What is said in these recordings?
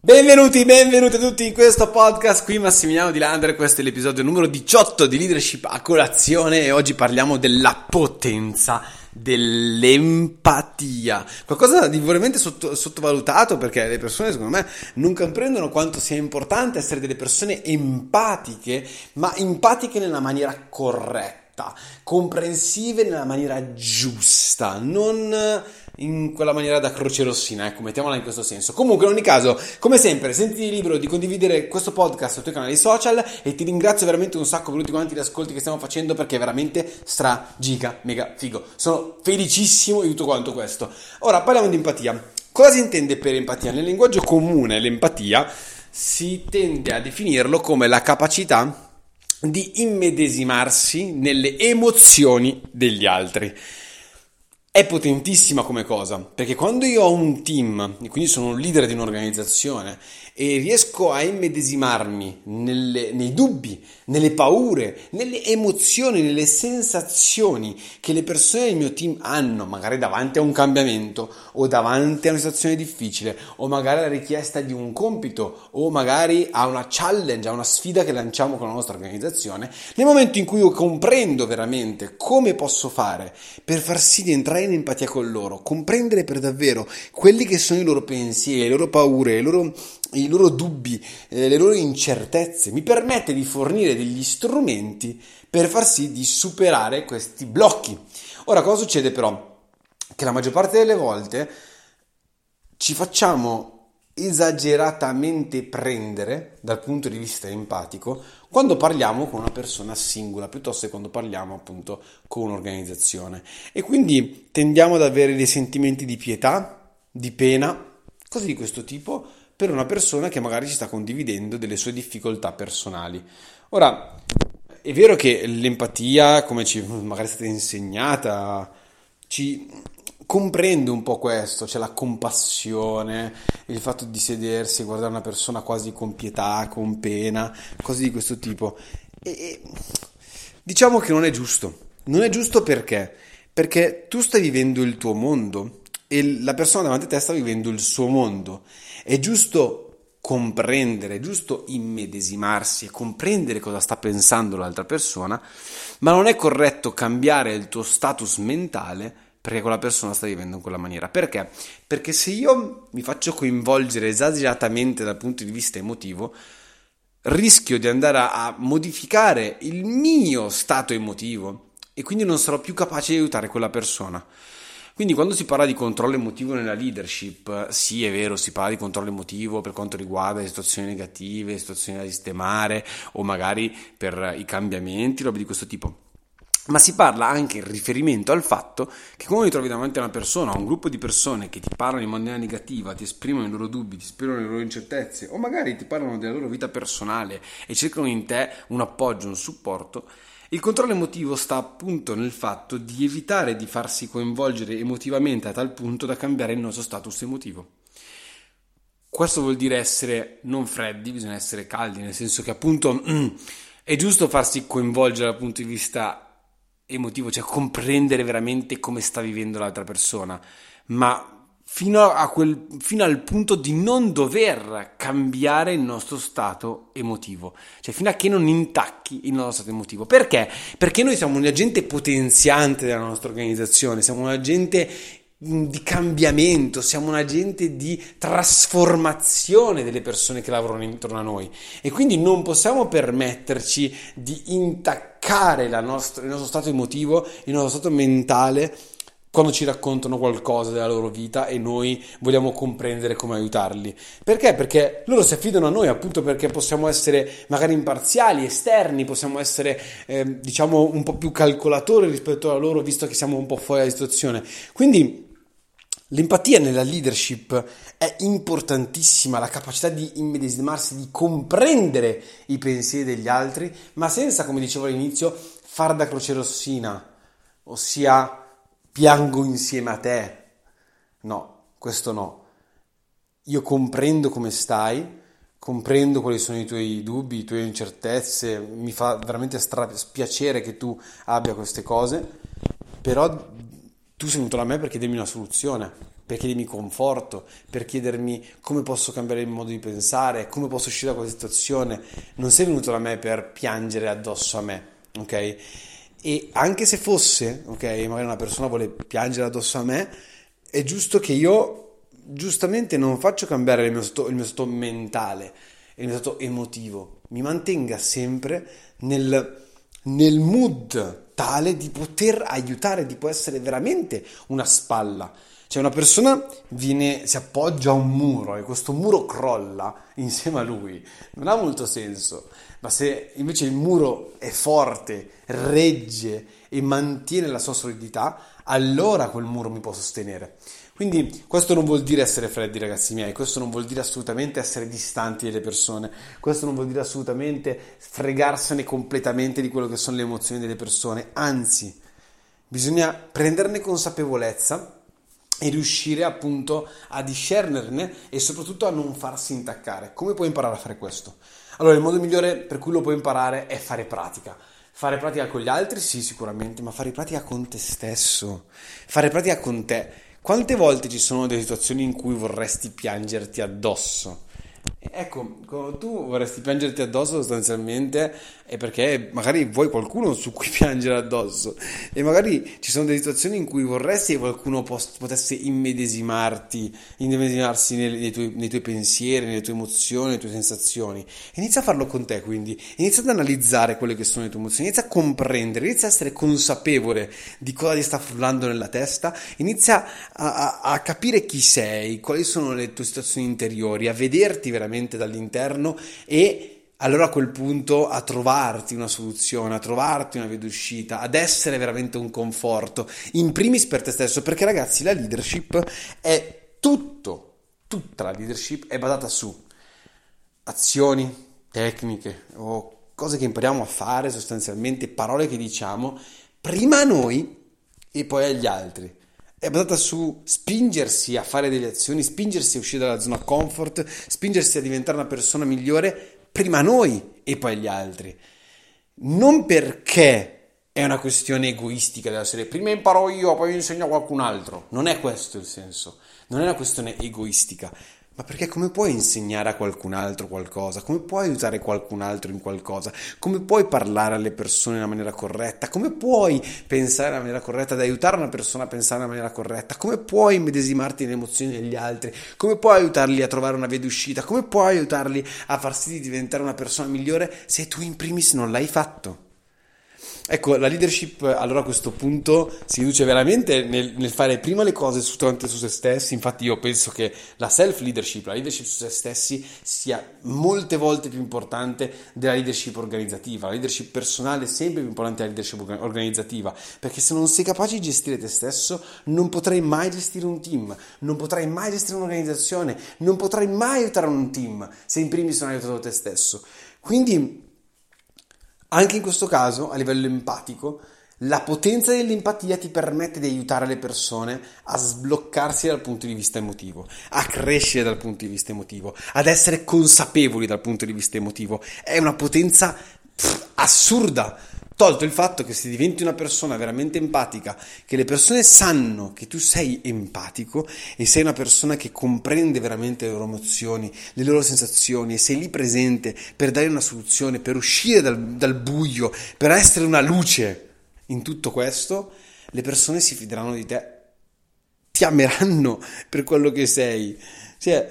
Benvenuti tutti in questo podcast, qui Massimiliano Di Landre, questo è l'episodio numero 18 di Leadership a colazione e oggi parliamo della potenza dell'empatia, qualcosa di veramente sottovalutato perché le persone secondo me non comprendono quanto sia importante essere delle persone empatiche, ma empatiche nella maniera corretta, comprensive nella maniera giusta, non in quella maniera da croce rossina, ecco, mettiamola in questo senso. Comunque, in ogni caso, come sempre, sentiti libero di condividere questo podcast sui tuoi canali social e ti ringrazio veramente un sacco per tutti quanti gli ascolti che stiamo facendo perché è veramente giga mega figo. Sono felicissimo di tutto quanto questo. Ora, parliamo di empatia. Cosa si intende per empatia? Nel linguaggio comune, l'empatia si tende a definirlo come la capacità di immedesimarsi nelle emozioni degli altri. È potentissima come cosa, perché quando io ho un team, e quindi sono un leader di un'organizzazione, e riesco a immedesimarmi nei dubbi, nelle paure, nelle emozioni, nelle sensazioni che le persone del mio team hanno, magari davanti a un cambiamento, o davanti a una situazione difficile, o magari alla richiesta di un compito, o magari a una challenge, a una sfida che lanciamo con la nostra organizzazione, nel momento in cui io comprendo veramente come posso fare per far sì di entrare in empatia con loro, comprendere per davvero quelli che sono i loro pensieri, le loro paure, i loro dubbi, le loro incertezze, mi permette di fornire degli strumenti per far sì di superare questi blocchi. Ora, cosa succede però? Che la maggior parte delle volte ci facciamo esageratamente prendere dal punto di vista empatico quando parliamo con una persona singola piuttosto che quando parliamo appunto con un'organizzazione e quindi tendiamo ad avere dei sentimenti di pietà, di pena, cose di questo tipo per una persona che magari ci sta condividendo delle sue difficoltà personali. Ora, è vero che l'empatia, come ci magari è stata insegnata, ci comprende un po' questo, cioè la compassione, il fatto di sedersi e guardare una persona quasi con pietà, con pena, cose di questo tipo. E diciamo che non è giusto. Non è giusto perché tu stai vivendo il tuo mondo e la persona davanti a te sta vivendo il suo mondo. È giusto comprendere, è giusto immedesimarsi e comprendere cosa sta pensando l'altra persona, ma non è corretto cambiare il tuo status mentale perché quella persona sta vivendo in quella maniera. Perché? Perché se io mi faccio coinvolgere esageratamente dal punto di vista emotivo, rischio di andare a modificare il mio stato emotivo e quindi non sarò più capace di aiutare quella persona. Quindi quando si parla di controllo emotivo nella leadership, sì è vero, si parla di controllo emotivo per quanto riguarda le situazioni negative, situazioni da sistemare o magari per i cambiamenti, roba di questo tipo. Ma si parla anche in riferimento al fatto che quando ti trovi davanti a una persona, a un gruppo di persone che ti parlano in maniera negativa, ti esprimono i loro dubbi, ti esprimono le loro incertezze o magari ti parlano della loro vita personale e cercano in te un appoggio, un supporto, il controllo emotivo sta appunto nel fatto di evitare di farsi coinvolgere emotivamente a tal punto da cambiare il nostro status emotivo. Questo vuol dire essere non freddi, bisogna essere caldi, nel senso che appunto è giusto farsi coinvolgere dal punto di vista emotivo, cioè comprendere veramente come sta vivendo l'altra persona, ma fino al punto di non dover cambiare il nostro stato emotivo, cioè fino a che non intacchi il nostro stato emotivo. Perché? Perché noi siamo un agente potenziante della nostra organizzazione, siamo un agente di cambiamento, siamo un agente di trasformazione delle persone che lavorano intorno a noi e quindi non possiamo permetterci di intaccare il nostro stato emotivo, il nostro stato mentale quando ci raccontano qualcosa della loro vita e noi vogliamo comprendere come aiutarli. Perché? Perché loro si affidano a noi appunto perché possiamo essere magari imparziali, esterni, possiamo essere diciamo un po' più calcolatori rispetto a loro visto che siamo un po' fuori dalla situazione. Quindi l'empatia nella leadership è importantissima, la capacità di immedesimarsi, di comprendere i pensieri degli altri, ma senza, come dicevo all'inizio, far da croce rossina, ossia piango insieme a te. No, questo no. Io comprendo come stai, comprendo quali sono i tuoi dubbi, le tue incertezze, mi fa veramente spiacere che tu abbia queste cose, però tu sei venuto da me per chiedermi una soluzione per chiedermi conforto, per chiedermi come posso cambiare il modo di pensare, come posso uscire da quella situazione. Non sei venuto da me per piangere addosso a me, ok? E anche se fosse, ok, magari una persona vuole piangere addosso a me, è giusto che io, giustamente, non faccio cambiare il mio stato mentale, il mio stato emotivo, mi mantenga sempre nel mood tale di poter aiutare, di poter essere veramente una spalla. Cioè una persona si appoggia a un muro e questo muro crolla insieme a lui, non ha molto senso. Ma se invece il muro è forte, regge e mantiene la sua solidità, allora quel muro mi può sostenere. Quindi questo non vuol dire essere freddi, ragazzi miei, questo non vuol dire assolutamente essere distanti dalle persone, questo non vuol dire assolutamente fregarsene completamente di quello che sono le emozioni delle persone, anzi, bisogna prenderne consapevolezza e riuscire appunto a discernerne e soprattutto a non farsi intaccare. Come puoi imparare a fare questo? Allora, il modo migliore per cui lo puoi imparare è fare pratica. Fare pratica con gli altri, sì, sicuramente, ma fare pratica con te stesso, fare pratica con te. Quante volte ci sono delle situazioni in cui vorresti piangerti addosso? Ecco, quando tu vorresti piangerti addosso sostanzialmente è perché magari vuoi qualcuno su cui piangere addosso e magari ci sono delle situazioni in cui vorresti che qualcuno potesse immedesimarsi nei tuoi pensieri, nelle tue emozioni, nelle tue sensazioni. Inizia a farlo con te, quindi inizia ad analizzare quelle che sono le tue emozioni, inizia a comprendere, inizia a essere consapevole di cosa ti sta frullando nella testa, inizia a capire chi sei, quali sono le tue situazioni interiori, a vederti veramente dall'interno e allora a quel punto a trovarti una soluzione, a trovarti una via d'uscita, ad essere veramente un conforto, in primis per te stesso, perché ragazzi la leadership è tutta la leadership è basata su azioni, tecniche o cose che impariamo a fare, sostanzialmente parole che diciamo prima a noi e poi agli altri. È basata su spingersi a fare delle azioni, spingersi a uscire dalla zona comfort, spingersi a diventare una persona migliore prima a noi e poi agli altri. Non perché è una questione egoistica della serie prima imparo io, poi insegno a qualcun altro. Non è questo il senso, non è una questione egoistica. Ma perché come puoi insegnare a qualcun altro qualcosa? Come puoi aiutare qualcun altro in qualcosa? Come puoi parlare alle persone in una maniera corretta? Come puoi pensare in una maniera corretta ad aiutare una persona a pensare in una maniera corretta? Come puoi immedesimarti nelle emozioni degli altri? Come puoi aiutarli a trovare una via d'uscita? Come puoi aiutarli a far sì di diventare una persona migliore se tu in primis non l'hai fatto? Ecco, la leadership allora a questo punto si riduce veramente nel fare prima le cose soltanto su se stessi. Infatti io penso che la self-leadership, la leadership su se stessi sia molte volte più importante della leadership organizzativa. La leadership personale è sempre più importante della leadership organizzativa, perché se non sei capace di gestire te stesso non potrai mai gestire un team, non potrai mai gestire un'organizzazione, non potrai mai aiutare un team se in primis non hai aiutato te stesso. Quindi anche in questo caso, a livello empatico, la potenza dell'empatia ti permette di aiutare le persone a sbloccarsi dal punto di vista emotivo, a crescere dal punto di vista emotivo, ad essere consapevoli dal punto di vista emotivo. È una potenza assurda, tolto il fatto che se diventi una persona veramente empatica, che le persone sanno che tu sei empatico e sei una persona che comprende veramente le loro emozioni, le loro sensazioni e sei lì presente per dare una soluzione, per uscire dal buio, per essere una luce in tutto questo, le persone si fideranno di te, ti ameranno per quello che sei. Cioè,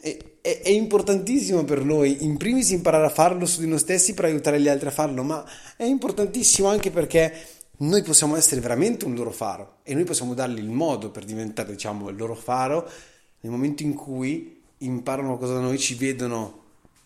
è importantissimo per noi, in primis imparare a farlo su di noi stessi per aiutare gli altri a farlo, ma è importantissimo anche perché noi possiamo essere veramente un loro faro e noi possiamo dargli il modo per diventare, diciamo, il loro faro nel momento in cui imparano qualcosa da noi, ci vedono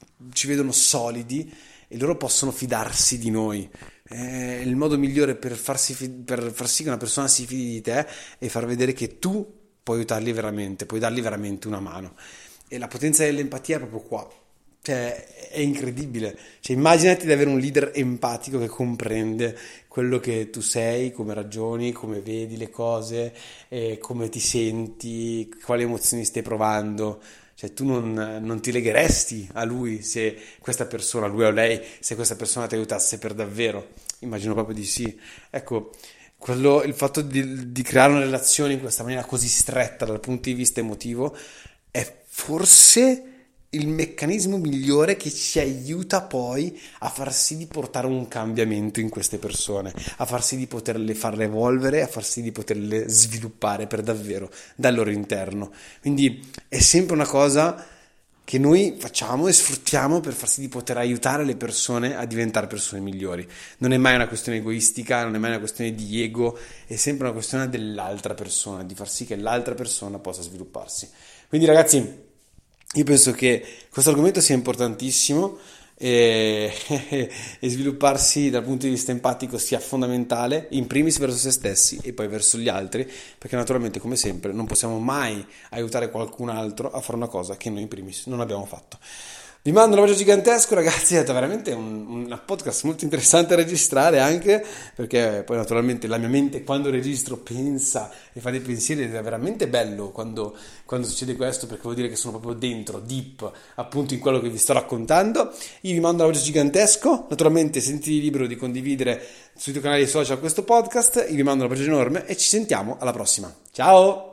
solidi e loro possono fidarsi di noi. Il modo migliore per far sì che una persona si fidi di te è far vedere che tu puoi aiutarli veramente, puoi dargli veramente una mano. E la potenza dell'empatia è proprio qua, cioè è incredibile. Cioè, immaginati di avere un leader empatico che comprende quello che tu sei, come ragioni, come vedi le cose, come ti senti, quali emozioni stai provando. Cioè tu non ti legheresti a lui se questa persona, lui o lei, se questa persona ti aiutasse per davvero. Immagino proprio di sì. Ecco, il fatto di creare una relazione in questa maniera così stretta dal punto di vista emotivo è forse il meccanismo migliore che ci aiuta poi a far sì di portare un cambiamento in queste persone, a far sì di poterle farle evolvere, a far sì di poterle sviluppare per davvero dal loro interno. Quindi è sempre una cosa che noi facciamo e sfruttiamo per far sì di poter aiutare le persone a diventare persone migliori. Non è mai una questione egoistica, non è mai una questione di ego, è sempre una questione dell'altra persona, di far sì che l'altra persona possa svilupparsi. Quindi ragazzi, io penso che questo argomento sia importantissimo e, e svilupparsi dal punto di vista empatico sia fondamentale, in primis verso se stessi e poi verso gli altri, perché naturalmente, come sempre, non possiamo mai aiutare qualcun altro a fare una cosa che noi in primis non abbiamo fatto. Vi mando un abbraccio gigantesco, ragazzi. È stato veramente un podcast molto interessante da registrare, anche perché poi naturalmente la mia mente quando registro pensa e fa dei pensieri, ed è veramente bello quando succede questo, perché vuol dire che sono proprio dentro, deep, appunto in quello che vi sto raccontando. Io vi mando un abbraccio gigantesco, naturalmente sentiti libero di condividere sui tuoi canali social questo podcast. Io vi mando un abbraccio enorme e ci sentiamo alla prossima. Ciao!